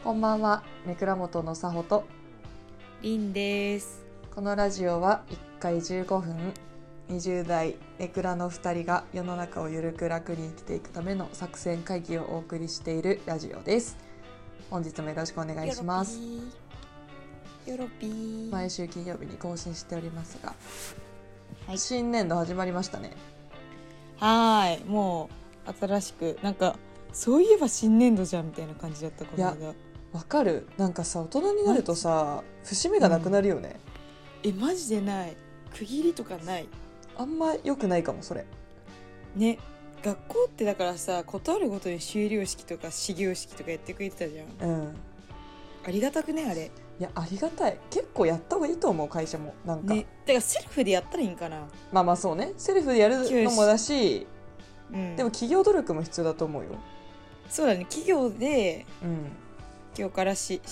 こんばんは、ネクラ元のさほと。 りんです。 このラジオは1回15分、20代ネクラの2人が世の中をゆるく楽に生きていくための作戦会議をお送りしているラジオです。本日もよろしくお願いします。 よろぴー。 毎週金曜日に更新しておりますが、 はい、 新年度始まりましたね。 はい、もう新しくなんかそういえば新年度じゃんみたいな感じだったこの間。 わかる。なんかさ、大人になるとさ、節目がなくなるよね。 マジでない。区切りとかない。 あんま良くないかもそれ。 ね、学校ってだからさ、ことあるごとに修了式とか始業式とかやってくれてたじゃん。 うん。 ありがたくねあれ。 いや、ありがたい。結構やった方がいいと思う、会社も。なんか。 ね、だからセルフでやったらいいんかな。 まあまあそうね。セルフでやるのもだし、 うん、 でも企業努力も必要だと思うよ。 そうだね。企業で、 うん、 今日から始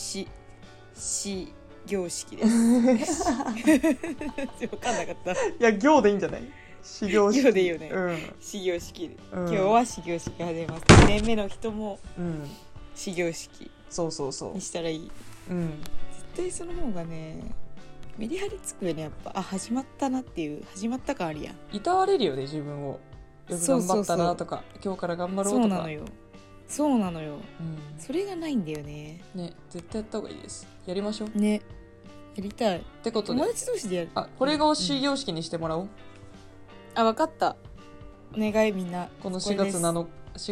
業式です。分かんなかった。 いや、業でいいんじゃない？始業式。 業でいいよね。うん、始業式で、今日は始業式始めます。2年目の人も始業式にしたらいい。 うん、 絶対その方がね、メリハリつくよね。やっぱ始まったなっていう、始まった感あるやん。 いたわれるよね、自分を。よく頑張ったなとか、今日から頑張ろうとか。 そうなのよ、それがないんだよね。 ね、絶対やった方がいいです。やりましょうね。やりたいってことで、 友達同士でやる。 これが始業式にしてもらおう。 分かった。お願いみんな。 この4月の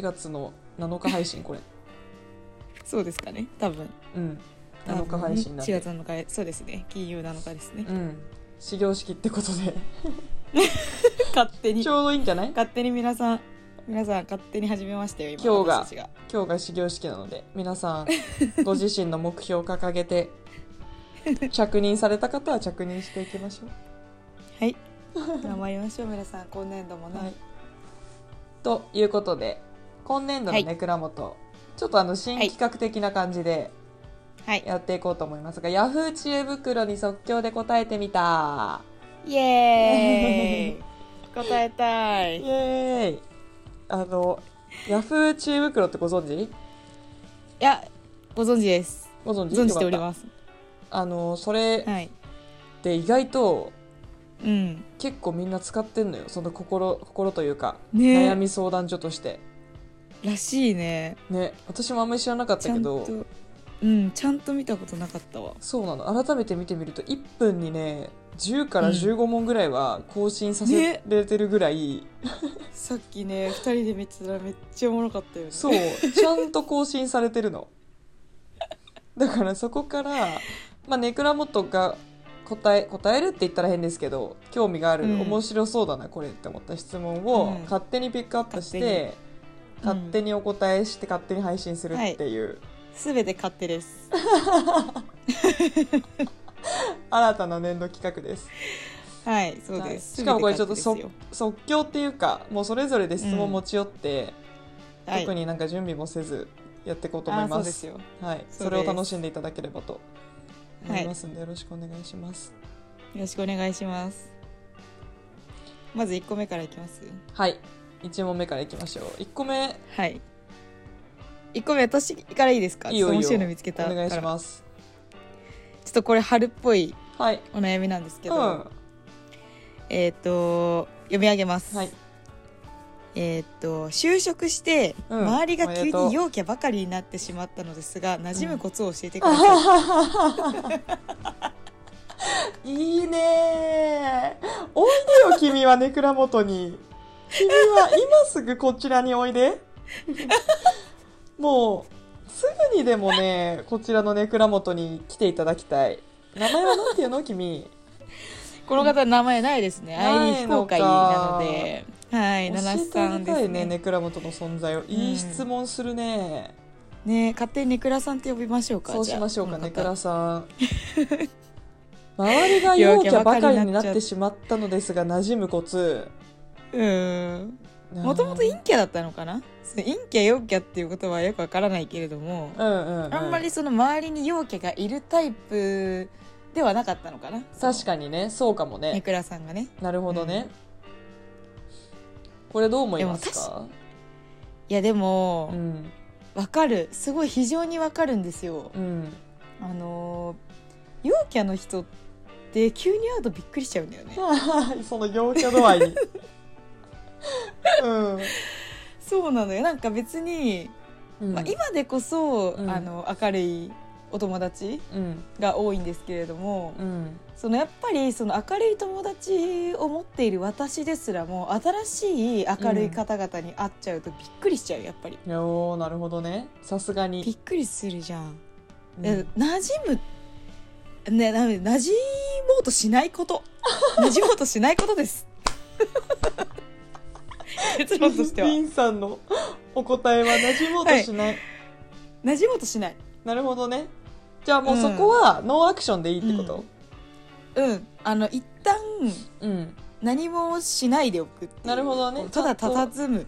7日配信これそうですかね、多分。 7日配信なんで。 4月7日、そうですね、金曜7日ですね。 始業式ってことで勝手にちょうどいいんじゃない？ 勝手に皆さん勝手に始めましたよ。 今日が始業式なので、皆さんご自身の目標を掲げて着任された方は着任していきましょう。 はい頑張りましょう皆さん、今年度もね、はい、 ということで、今年度のネクラ元、ちょっと新企画的な感じでやっていこうと思いますが、ヤフー知恵袋に即興で答えてみた。 イエーイ答えたい。 イエーイ。ヤフー知恵袋ってご存知？ いや、ご存知です。 ご存知？ 存じております。 それって意外と、結構みんな使ってんのよ。その心というか、悩み相談所としてらしいね。 私もあんまり知らなかったけど、 ちゃんと見たことなかったわ。 そうなの。改めて見てみると1分にね、10から15問ぐらいは更新させれてるぐらい、 さっきね2人で見てたらめっちゃおもろかったよね。 そう、ちゃんと更新されてるのだからそこから、ネクラ元が答えるって言ったら変ですけど、興味がある、面白そうだなこれって思った質問を勝手にピックアップして、勝手にお答えして勝手に配信するっていう、 全て勝手です新たな年度企画です。 はい、そうです。 しかもこれちょっと即興っていうか、もうそれぞれで質問持ち寄って、特になんか準備もせずやっていこうと思います。 そうですよ。 はい、それを楽しんでいただければと思いますので、よろしくお願いします。 よろしくお願いします。まず1個目からいきます。 はい、1問目からいきましょう。1個目、 はい、1個目私からいいですか？ いいよいいよ、 面白いの見つけたからお願いします。 ちょっとこれ春っぽいお悩みなんですけど、読み上げます。就職して周りが急に陽キャばかりになってしまったのですが、馴染むコツを教えてください、いいね。おいでよ君はネクラ元に。君は今すぐこちらにおいでもうすぐにでもね、こちらのネクラ元に来ていただきたい。名前はなんていうの君？ この方名前ないですね。愛非公開なので、はい、七さんですね。 ネクラ元の存在を。いい質問するね。 勝手にネクラさんって呼びましょうか。 そうしましょうか。ネクラさん周りが陽キャばかりになってしまったのですが、馴染むコツ。 もともと陰キャだったのかな。陰キャ陽キャっていうことはよくわからないけれども、あんまりその周りに陽キャがいるタイプではなかったのかな。 確かにね、そうかもね。 ネクラさんがね。 なるほどね。これどう思いますか？ いやでも、 わかる、すごい非常にわかるんですよ。陽キャの人って急に会うとびっくりしちゃうんだよねその陽キャ度合いにそうなのよ。なんか別に、今でこそ、明るいお友達が多いんですけれども、そのやっぱりその明るい友達を持っている私ですらも新しい明るい方々に会っちゃうとびっくりしちゃう。やっぱりなるほどね、さすがにびっくりするじゃん。馴染むね、馴染もうとしないこと馴染もうとしないことです結論としてはリンさんのお答えは馴染もうとしない、 馴染もうとしない。 なるほどね。じゃあもうそこはノーアクションでいいってこと？ 一旦、何もしないでおくっていう。 なるほどね。 ただ佇む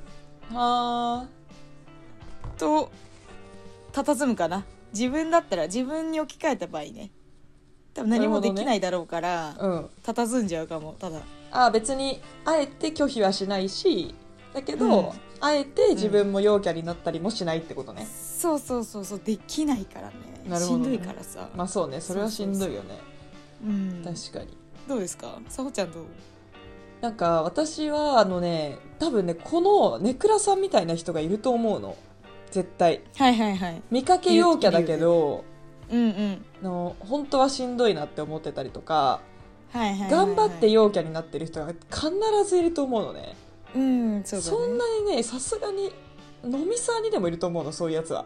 と佇むかな。自分だったら自分に置き換えた場合ね、多分何もできないだろうから、佇んじゃうかも。ただ別にあえて拒否はしないし、だけど、あえて自分も陽キャになったりもしないってことね。 そうできないからね。なるほどね、しんどいからさ。 まあそうね、それはしんどいよね。確かに。 どうですか、さほちゃんどう？ なんか私は多分ね、このネクラさんみたいな人がいると思うの、絶対。見かけ陽キャだけど、本当はしんどいなって思ってたりとか、頑張って陽キャになってる人が必ずいると思うのね。そんなにね、さすがに飲みサーにでもいると思うの、そういうやつは。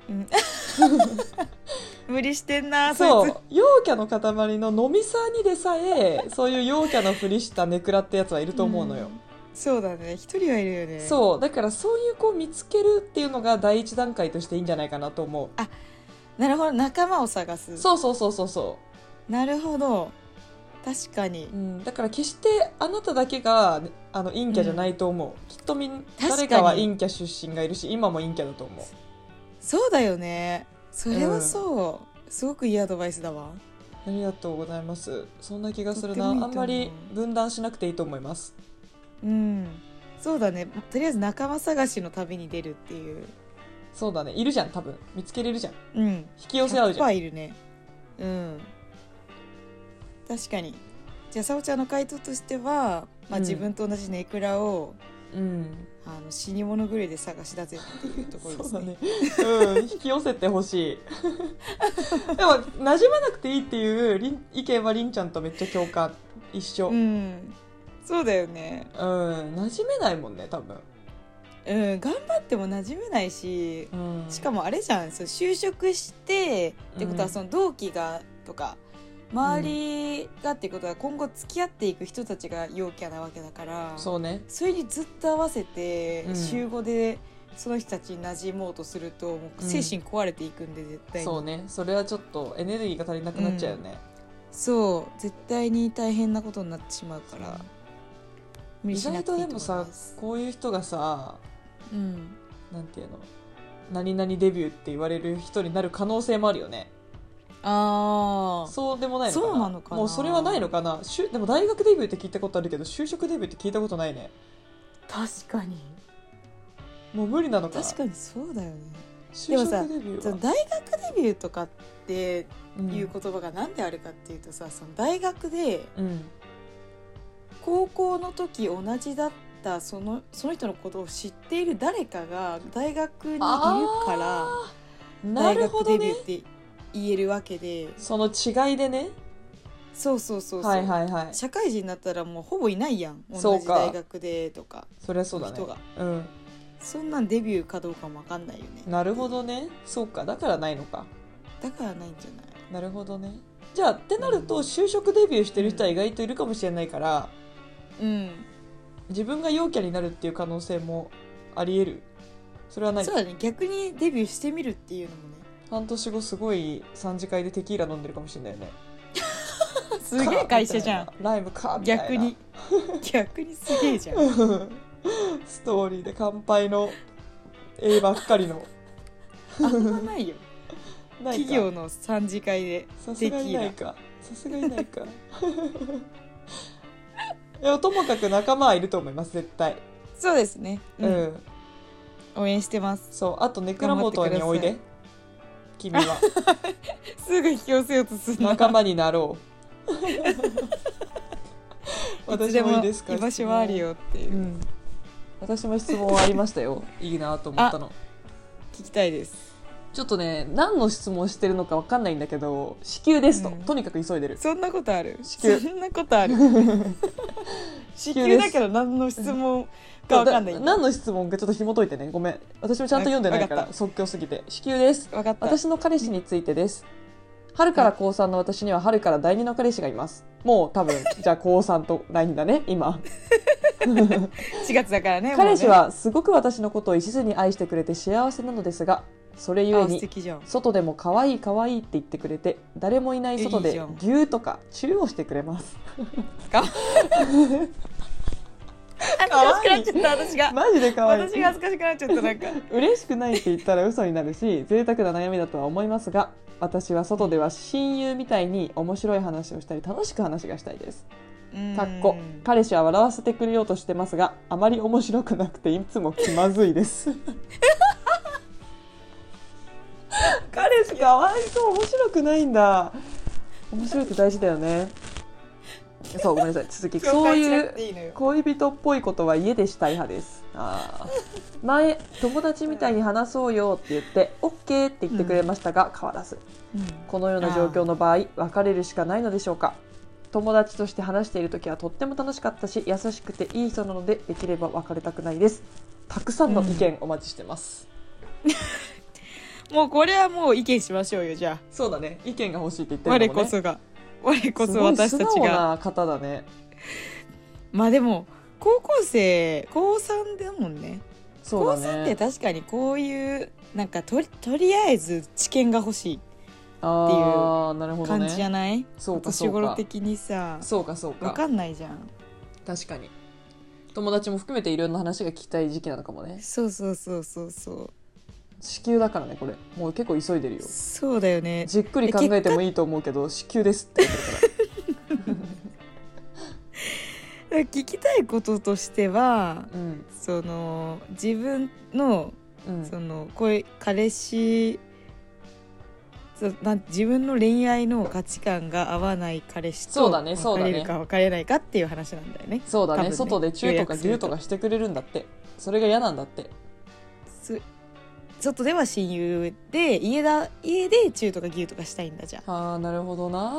無理してんな。 そう、陽キャの塊の飲みサーにでさえそういう陽キャのふりしたネクラってやつはいると思うのよ。 そうだね、一人はいるよね。 そうだから、そういう子を見つけるっていうのが第一段階としていいんじゃないかなと思う。 なるほど、仲間を探す。 そうなるほど、確かに、 だから決してあなただけが陰キャじゃないと思う、きっと誰かは陰キャ出身がいるし、今も陰キャだと思う。 そうだよね、それはそう、すごくいいアドバイスだわ。 ありがとうございます。そんな気がするな。あんまり分断しなくていいと思います。 そうだね、とりあえず仲間探しの旅に出るっていう。 そうだね、いるじゃん、多分見つけれるじゃん。 引き寄せ合うじゃん。 いるね。確かに。じゃあさおちゃんの回答としては、自分と同じネクラを、死に物狂いで探し出せっていうところですね。 そうだね、引き寄せてほしいでも馴染まなくていいっていう意見はりんちゃんとめっちゃ共感、一緒。 そうだよね。 馴染めないもんね、多分。 頑張っても馴染めないし、しかもあれじゃん、就職してってことは、その同期がとか周りがっていうことは、今後付き合っていく人たちが陽キャなわけだから、 そうね、 それにずっと合わせて、週5でその人たちに馴染もうとすると、もう精神壊れていくんで、絶対に。そうね、それはちょっとエネルギーが足りなくなっちゃうよね。 そう絶対に大変なことになってしまうから、 意外とでもさ、こういう人がさ、なんていうの、何々デビューって言われる人になる可能性もあるよね。そうでもないのかな。そうなのかな。もうそれはないのかな。でも大学デビューって聞いたことあるけど、就職デビューって聞いたことないね。 確かに。 もう無理なのかな。 確かにそうだよね。でもさ、大学デビューとかっていう言葉がなんであるかっていうとさ、その大学で、高校の時同じだったその人のことを知っている誰かが大学にいるから、大学デビューって言えるわけで、その違いでね。そう社会人になったらもうほぼいないやん、同じ大学でとか。そりゃそうだね、人が、そんなんデビューかどうかも分かんないよね。なるほどね、そうか、だからないのか。だからないんじゃない。なるほどね。じゃあってなると、就職デビューしてる人は意外といるかもしれないから、自分が陽キャになるっていう可能性もあり得る。それはない。そうだね、逆にデビューしてみるっていうのもね。半年後すごい3次会でテキーラ飲んでるかもしれないよね。すげえ会社じゃん。ライブかみたいな。逆にすげえじゃん。ストーリーで乾杯の絵ばっかりの。あんまないよ。企業の3次会でテキーラ。さすがにないか。さすがにないか。いや、ともかく仲間はいると思います、絶対。そうですね。 応援してます。 そうあとネクラモトにおいで君はすぐ引き寄せようとするな。 仲間になろういつでも居場所はあるよっていう、 私も質問ありましたよいいなと思ったの。 聞きたいです。 ちょっとね何の質問してるのか分かんないんだけど子宮ですと、とにかく急いでる。 そんなことある？ 子宮そんなことある？子宮だけど何の質問か分かんない。 何の質問かちょっと紐解いてね。ごめん私もちゃんと読んでないから即興すぎて。子宮です。 分かった。 私の彼氏についてです。春から高3の私には春から第2の彼氏がいます。もう多分じゃあ高3と第2だね今 4月だからね。 彼氏はすごく私のことを一途に愛してくれて幸せなのですが、それゆえに外でも可愛い可愛いって言ってくれて、誰もいない外でギューとかチューをしてくれます。 恥ずかしくなっちゃった私が。 マジで可愛い。 私が恥ずかしくなっちゃった。なんか嬉しくないって言ったら嘘になるし贅沢な悩みだとは思いますが、私は外では親友みたいに面白い話をしたり楽しく話がしたいです。彼氏は笑わせてくれようとしてますが、あまり面白くなくていつも気まずいです彼氏かわいそう。面白くないんだ。面白いって大事だよね。そうごめんなさい続き。そういう恋人っぽいことは家でしたい派です。前友達みたいに話そうよって言って OK って言ってくれましたが、変わらず、このような状況の場合別れるしかないのでしょうか。友達として話している時はとっても楽しかったし優しくていい人なのでできれば別れたくないです。たくさんの意見お待ちしてます、 もうこれはもう意見しましょうよ。じゃあそうだね意見が欲しいって言ってるのもね。 我こそ私たちが素直な方だね。 まあでも高校生高3だもんね。 そうだね。 高3って確かにこういうなんかとりあえず知見が欲しいっていう感じじゃない？ そうか年頃的にさ。 そうか分かんないじゃん。 確かに友達も含めていろんな話が聞きたい時期なのかもね。 そう子宮だからねこれもう結構急いでるよ。 そうだよね。 じっくり考えてもいいと思うけど子宮ですって言ってるから聞きたいこととしては、その自分の、その彼氏自分の恋愛の価値観が合わない彼氏と別れるか別れないかっていう話なんだよね。 そうだね。外でチューとかギューとかしてくれるんだって。それが嫌なんだって。 外では親友で家でチューとかギューとかしたいんだじゃん。 あーなるほどな。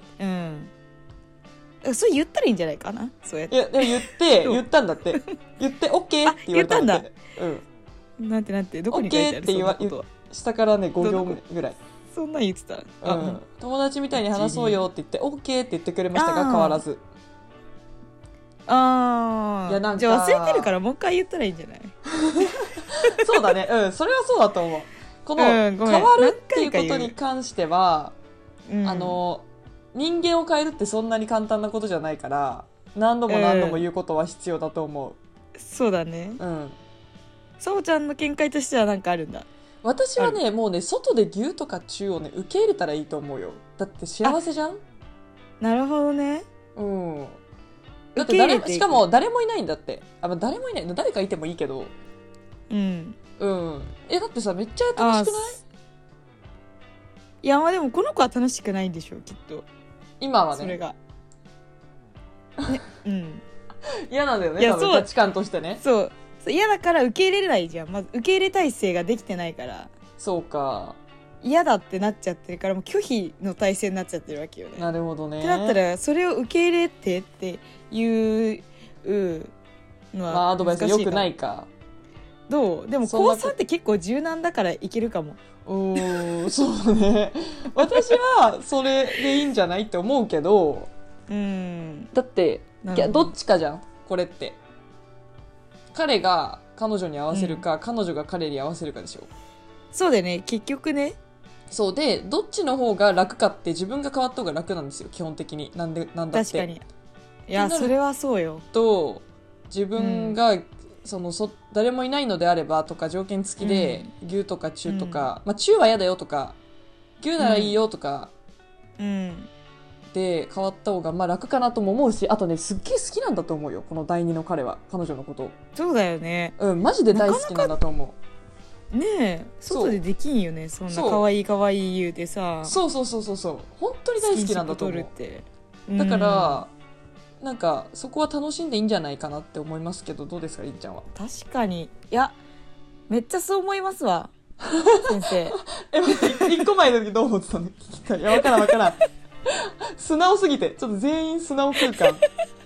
それ言ったらいいんじゃないかな。そうやって。 いやでも言ったんだって。言って OK って言われたんだって。 なんてどこに書いてある？ OK って下からね5行ぐらい。 そんなん言ってた。 友達みたいに話そうよって言って OK って言ってくれましたが変わらず。 いやなんかじゃあ忘れてるからもう一回言ったらいいんじゃない？ そうだね。それはそうだと思う。この、変わるっていうことに関しては、人間を変えるってそんなに簡単なことじゃないから何度も言うことは必要だと思う。 そうだね。さおちゃんの見解としては何かあるんだ。 私はねもうね外でギューとかチューをね受け入れたらいいと思うよ。だって幸せじゃん。 なるほどね。 だってしかも誰もいないんだって。誰もいない。誰かいてもいいけど。だってさめっちゃ楽しくない？ いやでもこの子は楽しくないんでしょうきっと。 今はね。 それが。 嫌なんだよね。多分価値観としてね。 そう嫌だから受け入れれないじゃん。まず受け入れ体制ができてないから。 そうか。 嫌だってなっちゃってるからもう拒否の体制になっちゃってるわけよね。 なるほどね。 ってなったらそれを受け入れてっていうのはアドバイス良くないか。 どう？でも高3って結構柔軟だからいけるかも。 そうね。私はそれでいいんじゃないって思うけど、だってどっちかじゃんこれって。彼が彼女に合わせるか、彼女が彼に合わせるかでしょ。 そうだよね結局ね。 そうでどっちの方が楽かって自分が変わった方が楽なんですよ基本的に。なんだって確かに。いやそれはそうよ。 と自分が、誰もいないのであればとか条件付きで、ギューとかチューとか、チューは嫌だよとかギューならいいよとか、ってて変わった方がまあ楽かなとも思うし、あとねすっげえ好きなんだと思うよ、この第二の彼は彼女のこと。 そうだよね。 マジで大好きなんだと思う。 ねえ、外でできんよね、そんな可愛い可愛い言うてさ。 そう本当に大好きなんだと思う。だから、なんかそこは楽しんでいいんじゃないかなって思いますけど、どうですかりんちゃんは。 確かに、いやめっちゃそう思いますわ先生。 1個前の時どう思ってたの聞きたい。いや、わからん素直すぎてちょっと全員素直空間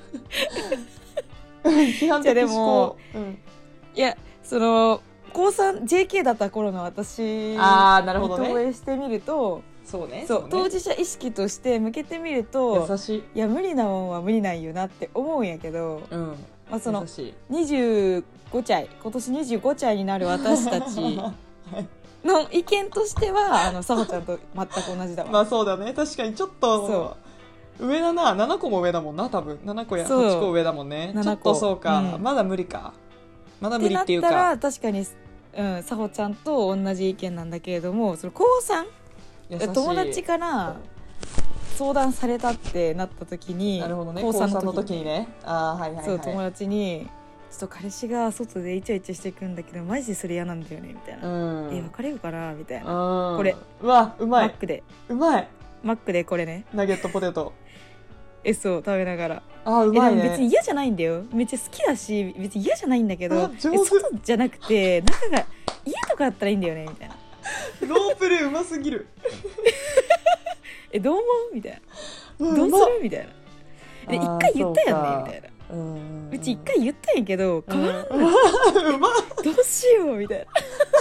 批判的思考。 いや、その高3 JK だった頃の私に投影してみると、 そうね、 当事者意識として向けてみると、 優しい。 いや無理なもんは無理なんよなって思うんやけど、まあ、その25歳、今年25歳になる私たちの意見としてはさほちゃんと全く同じだわ。 まあそうだね、確かにちょっと上だな。7個も上だもんな、多分7個や8個上だもんね。ちょっとそうか、まだ無理か。まだ無理っていうかってなったら確かにさほちゃんと同じ意見なんだけれども、その高3友達から相談されたってなった時に、 なるほどね、高3の時にね。 そう、友達にちょっと彼氏が外でイチャイチャしていくんだけどマジでそれ嫌なんだよねみたいな、別れようかなみたいな、これうまいマックでこれね、 ナゲットポテトそう食べながら、 うまいね。 でも別に嫌じゃないんだよ、めっちゃ好きだし別に嫌じゃないんだけど、 外じゃなくて中が家とかだったらいいんだよねみたいな。 ロープレうますぎるどう思うみたいな、どうするみたいな。一回言ったやんねみたいな。うち一回言ったんやけど変わらんの、どうしようみたいな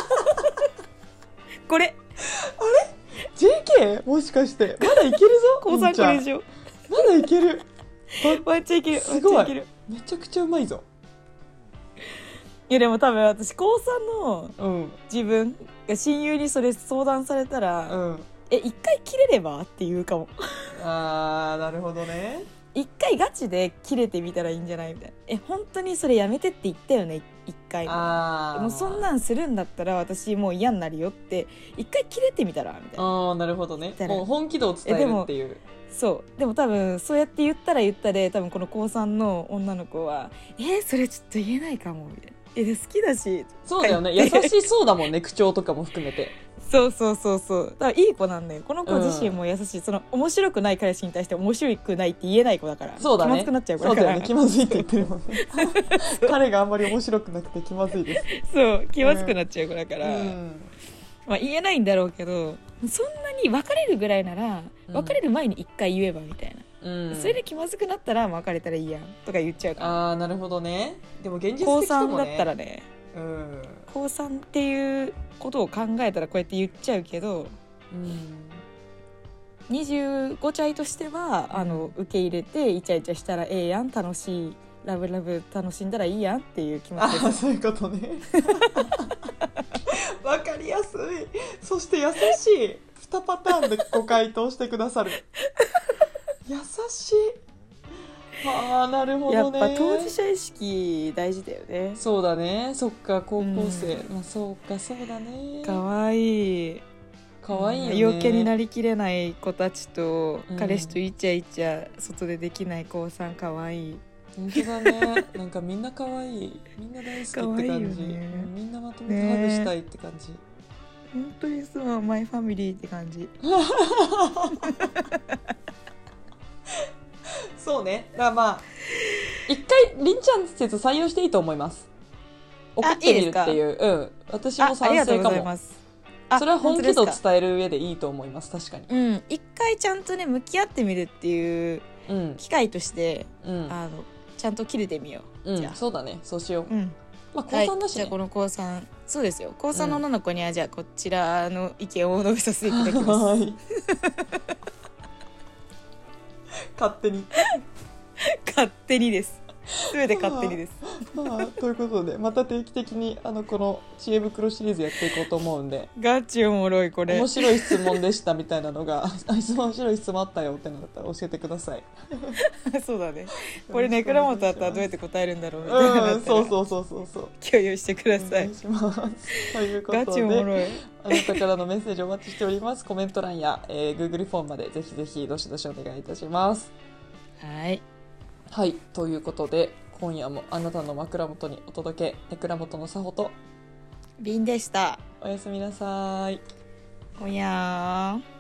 これあれ JK もしかしてまだいけるぞ高3これ以上まだいけるめっちゃいける、 すごい、めちゃくちゃうまいぞ。 いやでも多分私高3の自分が親友にそれ相談されたら、一回切れればって言うかも。 なるほどね。 一回ガチで切れてみたらいいんじゃないみたいな。本当にそれやめてって言ったよね一回もうそんなんするんだったら私もう嫌になるよって一回切れてみたらみたいな。 なるほどね、もう本気度を伝えるっていう。 でも多分そうやって言ったらで多分この高3の女の子はそれちょっと言えないかもみたいな。好きだし。 そうだよね、優しそうだもんね口調とかも含めて。 そうだからいい子なんだよこの子自身も優しい、その面白くない彼氏に対して面白くないって言えない子だから。 そうだね、 気まずくなっちゃうから。 そうだよね、気まずいって言ってるもんね彼があんまり面白くなくて気まずいです。 そう気まずくなっちゃう子だから、まあ、言えないんだろうけど、そんなに別れるぐらいなら別れる前に一回言えばみたいな、それで気まずくなったら別れたらいいやんとか言っちゃうから。 なるほどね。でも現実的高かもね。 3だったらね、高3っていうことを考えたらこうやって言っちゃうけど、25歳としては受け入れてイチャイチャしたらやん、楽しいラブラブ楽しんだらいいやんっていう気持ちです。 そういうことねわかりやすい。そして優しい。2パターンでご回答してくださる優しい。なるほどね。 やっぱ当事者意識大事だよね。 そうだね、そっか高校生、そうかそうだね。 かわいいかわいいよね。 陽キャになりきれない子たちと、彼氏とイチャイチャ外でできない高3かわいい。 本当だねなんかみんなかわいい、みんな大好きって感じ、みんなまとめてハグしたいって感じ、 本当にそうマイファミリーって感じそうね。だから一回りんちゃん説採用していいと思います。送ってみるっていう。私も賛成かも。それは本気度を伝える上でいいと思います。確かに。 一回ちゃんとね向き合ってみるっていう機会として、ちゃんと切れてみよう。じゃあそうだね、そうしよう。高3だしね。 じゃあこの高3、そうですよ。高3の女の子にはじゃあこちらの意見を述べさせていただきます。 勝手に勝手にです。 全て勝手にです。 ということでまた定期的にこの知恵袋シリーズやっていこうと思うんで、 ガチおもろいこれ。 面白い質問でしたみたいなのが面白い質問あったよってなったら教えてください。 そうだね。これね倉本だったらどうやって答えるんだろうみたいななったら、 そう共有してください。 お願いしますということでガチおもろい。 あなたからのメッセージお待ちしております。コメント欄や、Google フォームまでぜひぜひどしどしお願いいたします。はい、ということで今夜もあなたの枕元にお届け、枕元のさほとりんでした。 おやすみなさい。 おやー。